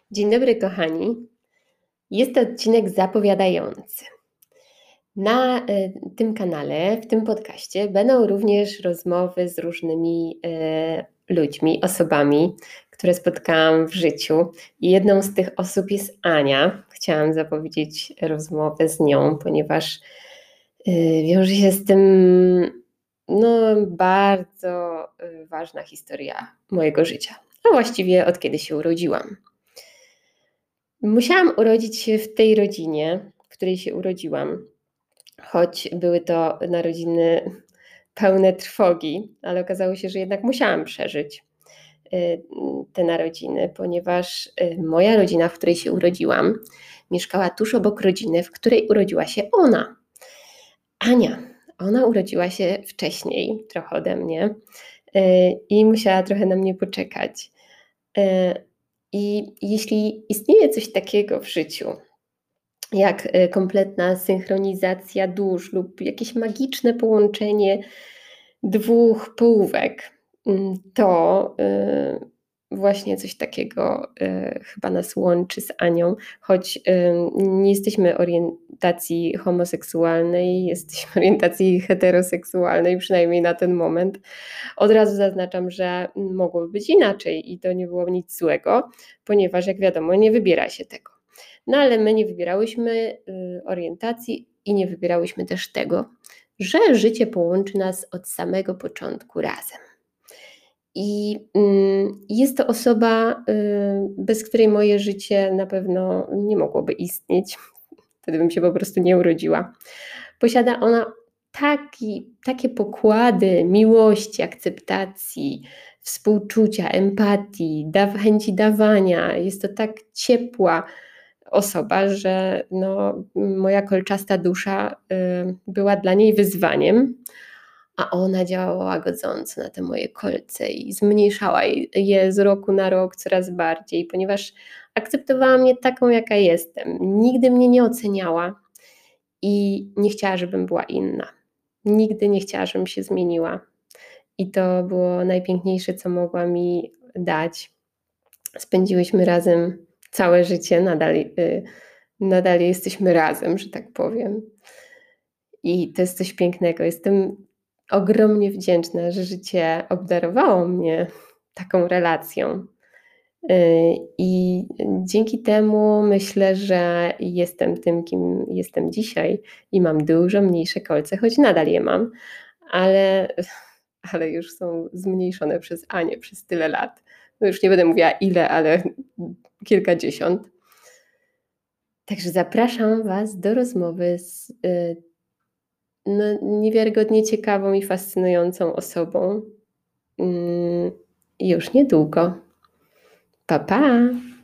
Dzień dobry, kochani. Jest to odcinek zapowiadający. Na tym kanale, w tym podcaście będą również rozmowy z różnymi ludźmi, osobami, które spotkałam w życiu. I jedną z tych osób jest Ania. Chciałam zapowiedzieć rozmowę z nią, ponieważ wiąże się z tym bardzo ważna historia mojego życia, a właściwie od kiedy się urodziłam. Musiałam urodzić się w tej rodzinie, w której się urodziłam, choć były to narodziny pełne trwogi, ale okazało się, że jednak musiałam przeżyć te narodziny, ponieważ moja rodzina, w której się urodziłam, mieszkała tuż obok rodziny, w której urodziła się ona. Ania. Ona urodziła się wcześniej, trochę ode mnie, i musiała trochę na mnie poczekać. I jeśli istnieje coś takiego w życiu, jak kompletna synchronizacja dusz lub jakieś magiczne połączenie dwóch połówek, to właśnie coś takiego chyba nas łączy z Anią, choć nie jesteśmy orientacji homoseksualnej, jesteśmy orientacji heteroseksualnej, przynajmniej na ten moment. Od razu zaznaczam, że mogłoby być inaczej i to nie było nic złego, ponieważ jak wiadomo, nie wybiera się tego. No ale my nie wybierałyśmy orientacji i nie wybierałyśmy też tego, że życie połączy nas od samego początku razem. I jest to osoba, bez której moje życie na pewno nie mogłoby istnieć. Wtedy bym się po prostu nie urodziła. Posiada ona takie pokłady miłości, akceptacji, współczucia, empatii, chęci dawania. Jest to tak ciepła osoba, że moja kolczasta dusza była dla niej wyzwaniem, a ona działała godząco na te moje kolce i zmniejszała je z roku na rok coraz bardziej, ponieważ akceptowała mnie taką, jaka jestem. Nigdy mnie nie oceniała i nie chciała, żebym była inna. Nigdy nie chciała, żebym się zmieniła. I to było najpiękniejsze, co mogła mi dać. Spędziłyśmy razem całe życie, nadal jesteśmy razem, że tak powiem. I to jest coś pięknego. Jestem ogromnie wdzięczna, że życie obdarowało mnie taką relacją. I dzięki temu myślę, że jestem tym, kim jestem dzisiaj i mam dużo mniejsze kolce, choć nadal je mam, ale już są zmniejszone przez Anię przez tyle lat. No już nie będę mówiła ile, ale kilkadziesiąt. Także zapraszam Was do rozmowy z niewiarygodnie ciekawą i fascynującą osobą. Już niedługo. Pa, pa!